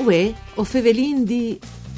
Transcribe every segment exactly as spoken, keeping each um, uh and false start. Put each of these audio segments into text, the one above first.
Uè, o fevelin di...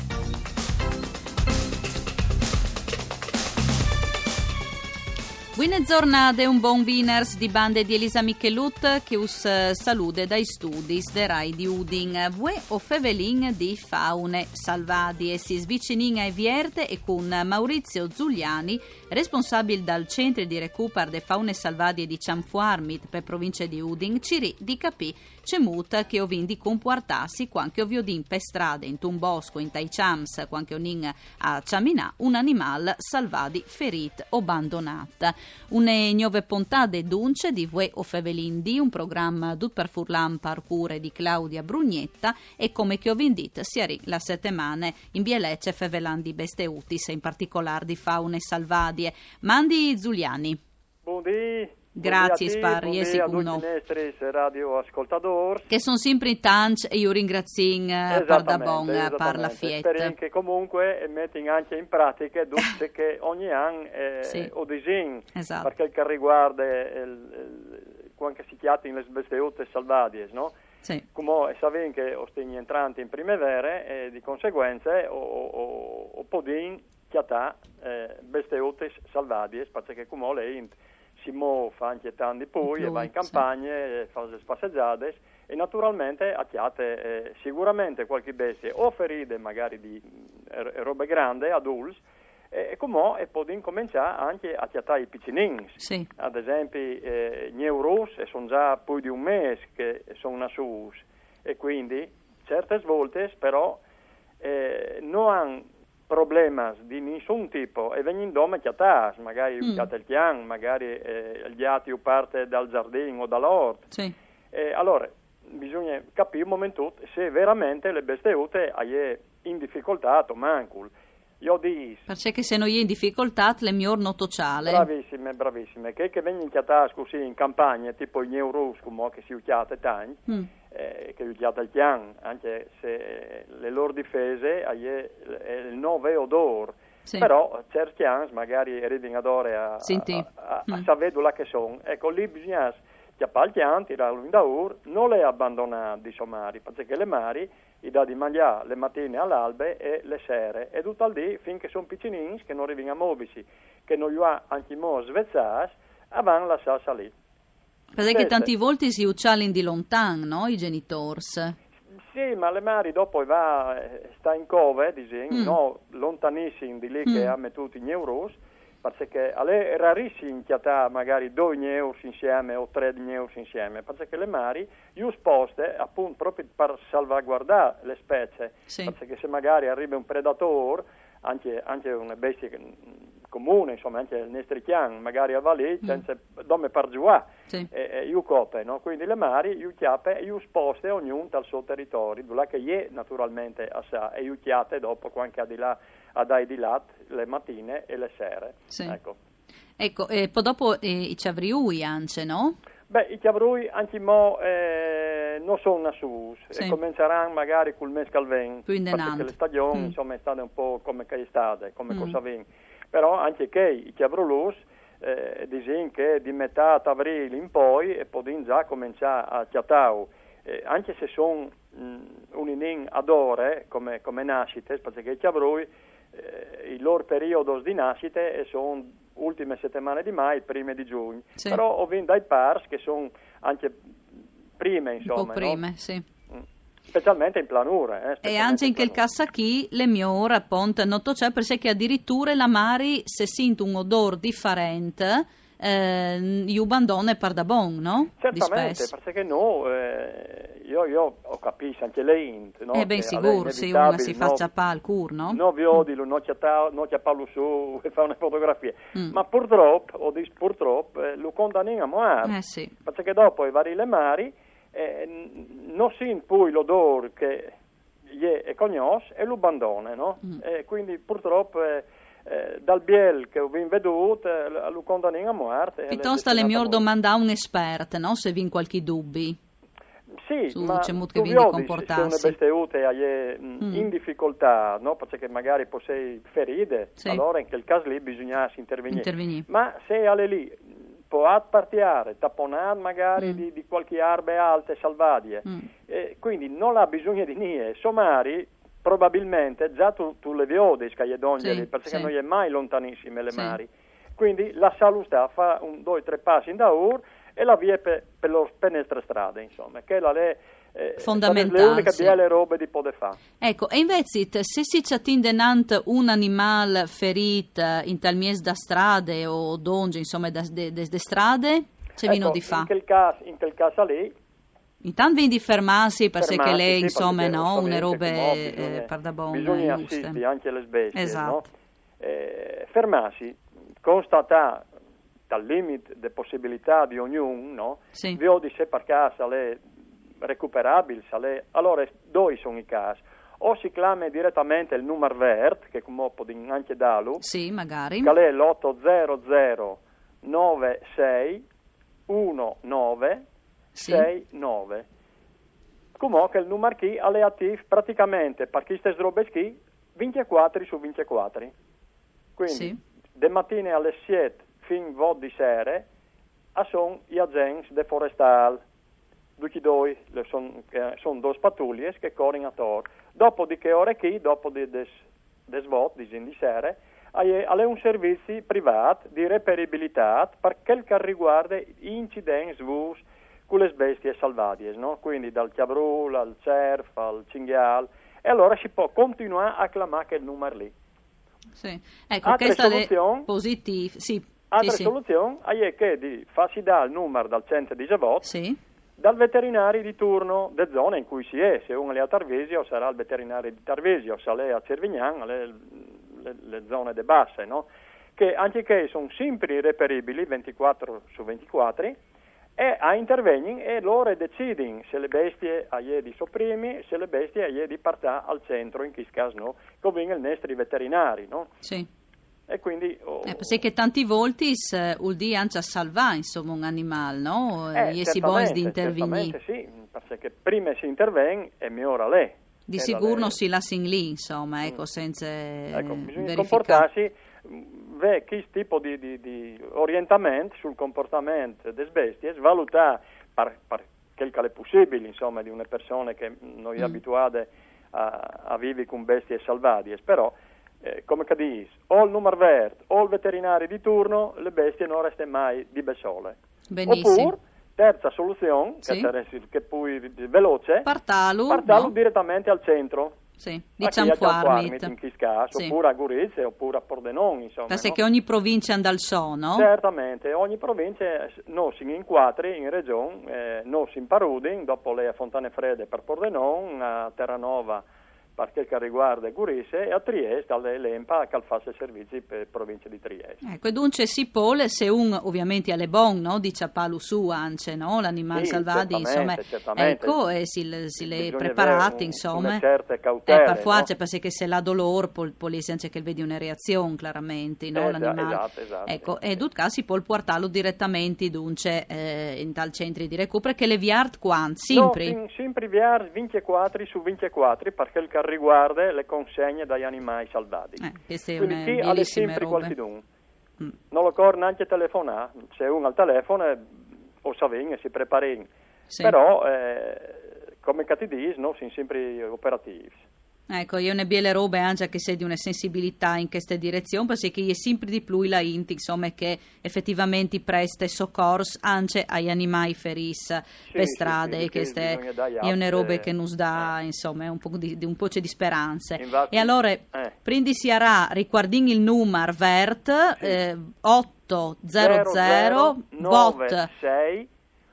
Buone giornate, un buon winners di bande di Elisa Michelut che us salude dai studi de Rai di Udin. Vue o fevelin di faune salvadi e si svicinin ai vierte e con Maurizio Zuliani, responsabile dal centro di recupero de faune salvadi di Cianfuarmit per provincia di Udin, ciri di capì c'è muta che ovin di comportarsi quanche oviodin per strade in un bosco in tai chams quanche onin a Ciaminà un animal salvadi ferit o abbandonata. Une nuove puntate dunce di Vue o fevelin di un programma dut per furlan parcure di Claudia Brugnetta e come che ovin dit sia la settimana in Bielecce fevelan di besteutis in particolare di faune salvadie. Mandi Zuliani. Buondì. Grazie Sparri e sicuro radio ascoltador che sono sempre in tanch e io ringrazio per da bon per la fietta. Spero che comunque metti anche in pratica tutte che ogni anno eh, sì. o disegno esatto. Perché che riguarda quando si chiama in le besteute salvadie, no? Sì. Come sapete che ostegni entranti in primavera e di conseguenza o, o, o podin chiatà eh, besteute salvadie perché come lei si muove fa anche tanti poi e va in campagne, sì. Fa le spasseggiate e naturalmente acchiate eh, sicuramente qualche bestia o ferite magari di eh, robe grandi, adulti, e, e come e poi incominciare anche a chiattare i piccinini. Sì. Ad esempio eh, gli euros e sono già più di un mese che sono nasciuti e quindi certe volte però eh, non hanno problemi di nessun tipo e vengono dome chiatas, magari mm. chiata il chian, magari eh, gli atti o parte dal giardino o dall'orto. Sì. Eh, allora bisogna capire un momento se veramente le besteute hai in difficoltà o mancul. Io dico perché se non è in difficoltà le mie noto ciale. Bravissime, bravissime. Che che vengono chiatas così in campagna tipo i neurus come che si chiata tanti. Mm. Eh, che aiutiate il pian, anche se le loro difese è il nove odor, sì. Però certi anni magari arrivano ad ore a, a, a, a mm. sapere dove che sono. Ecco, lì bisogna chiappare il pian, tirarlo in da ur, non le abbandonare di somari, perché le mari gli dà di mangiare le mattine all'albe e le sere, e tutto al dì finché sono piccinini, che non arrivano a muoversi, che non gli ha anche mo svezzati, avanti la salsa lì. Perché tanti volte si uccialin di lontano, no? I genitori. Sì, ma le mari dopo va, sta in cove, disegno, mm. no? Lontanissimi di lì mm. che ha mettuto i euros, perché è rarissimo chiattare magari due euros insieme o tre euros insieme, perché le mari io sposte appunto proprio per salvaguardare le specie, sì. Perché se magari arriva un predatore, anche, anche una bestia che, comune, insomma anche il nestrichian, magari a Valì, mm. senza dome per giù, sì. e, e io cope, no? Quindi le mari, io chiappe e io sposte ognuno dal suo territorio, dove che è naturalmente a sa, e io chiate dopo quando ha di là, a dai di là le mattine e le sere. Sì. Ecco. Ecco, e poi dopo eh, i ciavriui anche, no? Beh, i chiavrui anche mo eh, non sono nassus, sì. E cominceranno magari col mese calven, perché le stagioni mm. insomma è stata un po' come che è stata, come mm. cosa viene. Però anche che i chiavrulus eh, dicono che di metà aprile in poi e poi già cominciare a chiattare, eh, anche se sono un inin ad ore come, come nascite, perché i chiavrui eh, il loro periodo di nascite sono ultime settimane di mai, prime di giugno, sì. Però ho vinto dai pars che sono anche prime, insomma. Un po' prime, no? sì. Specialmente in planura. Eh, e anche in quel caso qui le mie ore appunto noto c'è perché addirittura la mari se sente un odore differente eh, io abbandono per da bon, no? Certamente, perché no, eh, io, io ho capito anche lei, no? È ben sicuro, se una si no, faccia pa al cur, no? No, vi odilo, non chiapparlo su e fa una fotografia, mm. ma purtroppo, o dis purtroppo, eh, lo condanniamo a morte, eh, sì. Perché dopo i vari le mari Eh, non si poi l'odore che gli è conosce e lo abbandona, no? Mm. E quindi purtroppo eh, eh, dal biel che ho veduto eh, lo condanniamo a morte. Piuttosto le mie domanda a un esperto, no? Se vi in qualche dubbi. Sì, su ma c'è molto che vi se comportarsi. sono besteute mm. in difficoltà, no? Perché magari possei ferite, sì. Allora in quel caso lì bisogna intervenire. intervenire. Ma se alle lì può appartiare, tapponare magari mm. di, di qualche arbe alte salvadie, mm. eh, quindi non ha bisogno di niente, somari probabilmente già tu, tu le vedi scagliedongeli, sì, perché sì. non è mai lontanissime le sì. mari, quindi la salusta fa un, due, tre passi in da ur e la via per, per le penestre strade, insomma, che la le Eh, fondamentale, le uniche sì. belle robe di poter fare. Ecco, e invece se si c'attende nant un animale ferito in tal mies da strade o donge, insomma, da de, de, de strade, c'è ecco, vino di fa? In quel caso, in quel caso lì, intanto vieni di fermarsi perché fermarsi, lei, sì, insomma, no, une robe bisogna, eh, per da buona, bisogna giuste. assistere anche le bestie, esatto. no? Eh, fermarsi, constatare dal limite de possibilità di ognuno, no? Sì. Vi ho di se per casa le recuperabili, le... allora due sono i casi, o si chiama direttamente il numero verde, che come può anche darlo, sì, magari, che è l'otto zero zero nove sei uno nove sei nove, come che il numero chi è attivo praticamente per chi sta robe schi ventiquattro su ventiquattro, quindi sì. de mattine alle sette fin vot di sera a son gli agenti de forestal. Tutti due sono son due pattuglie che corrono attorno. Dopo di che ore chi, dopo di des, des vot, di di sera, è un servizio privato di reperibilità per quel che riguarda incidenti svus con le bestie salvadie, no? Quindi dal chiabrul al cerf al cinghiale, e allora si può continuare a chiamare quel numero lì. Sì. Ecco, altre questa soluzioni, è positiva. Sì. altre sì, soluzioni è che di farsi dare il numero dal centro di Zavot, sì. dal veterinario di turno de zone in cui si è, se uno è a Tarvisio sarà il veterinario di Tarvisio, se lei è a Cervignan, le, le, le zone de basse, no? Che anche che sono sempre reperibili ventiquattro su ventiquattro e a intervenire e loro decidono se le bestie a ie di sopprimi, se le bestie a ie di partire al centro, in questo caso no, come il nostri veterinari, no? Sì. E quindi oh, eh, perché tanti volti uh, il dia anche a salvare insomma un animale, no? Eh, e si buoni di intervenire. intervenire. Sì, perché prima si interviene e migliora lei. Di e sicuro lei... non si lascia in lì, insomma, ecco, mm. senza ecco, bisogna verificare. comportarsi, ve che tipo di, di, di orientamento sul comportamento delle bestie, valutare per, per quel che è possibile, insomma, di una persona che non è mm. abituata a, a vivere con bestie salvadie, però Eh, come che dici, o il numero verde o il veterinario di turno, le bestie non restano mai di besole. Benissimo. Oppure, terza soluzione, sì. che, che poi veloce, partalu, partalu no? direttamente al centro. Sì, diciamo farmit in questo caso, sì. oppure a Gorizia, oppure a Pordenone, insomma. Perché no? che ogni provincia anda al so, no? Certamente, ogni provincia non si inquadri in regione, eh, non si imparudin, dopo le Fontane Fredde per Pordenone, a Terranova per quel che riguarda Gurisse, e a Trieste all'Empa che fa servizi per provincia di Trieste. Ecco, e dunque si può, se un ovviamente alle bon, no? Di ciapalu su anche, no? L'animale sì, salvati, insomma, certamente. ecco, e si, si le Bisogna preparati, un, insomma. certe cautele, eh, per forza, no? perché se la dolore, può anche che vedi una reazione, chiaramente, no? Eh, L'animale. Esatto, esatto. Ecco, e dunque si può portarlo direttamente, dunque, eh, in tal centri di recupero, che le viart quanti? Sempre? No, sempre viart ventiquattro su ventiquattro, per quel che riguarda le consegne dagli animali salvati. Eh, queste quindi una chi ha le sempre robe. qualcuno Mm. non lo corre neanche telefonare, se uno al telefono eh, o sa venire, si prepara in. Sì. Però eh, come che ti dici, no, sono sempre operativi. Ecco, io ne biele robe anche che sei di una sensibilità in questa direzione, perché è sempre di più la inti, insomma, che effettivamente presta soccorso anche agli animali feris sì, per strade, sì, sì, che sì, è una roba che nos dà, eh. insomma, un po' di, di un po' di speranze. Infatti, e allora, eh. prendi si arà, riguarding il numero vert, sì. eh, otto zero zero nove sei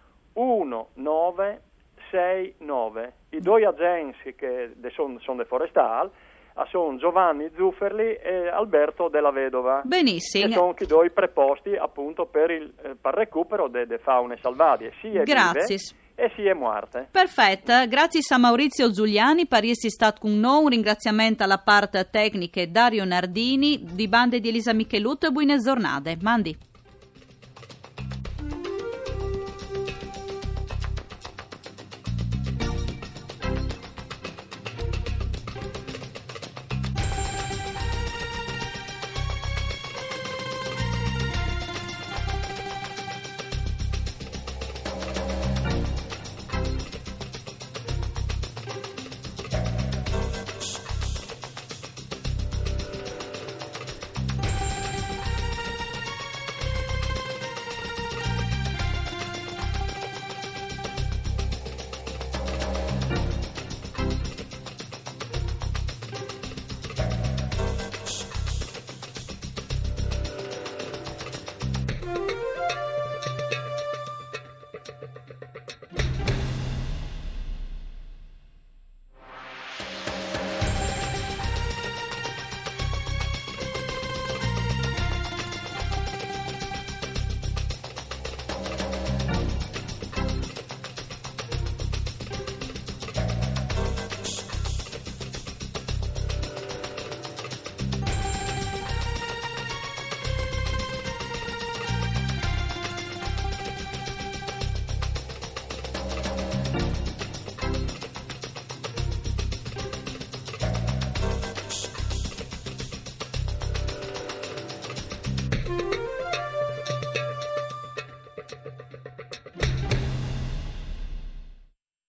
uno nove sei nove. I due agenti che sono son de forestali sono Giovanni Zufferli e Alberto della Vedova. Benissimo. Che sono i due preposti appunto per il, per il recupero delle faune salvadie, sia Grazie. vive e sia morte. Perfetto, grazie a Maurizio Giuliani per essere stato con noi, un ringraziamento alla parte tecnica Dario Nardini di bande di Elisa Michelut e buone giornate. Mandi.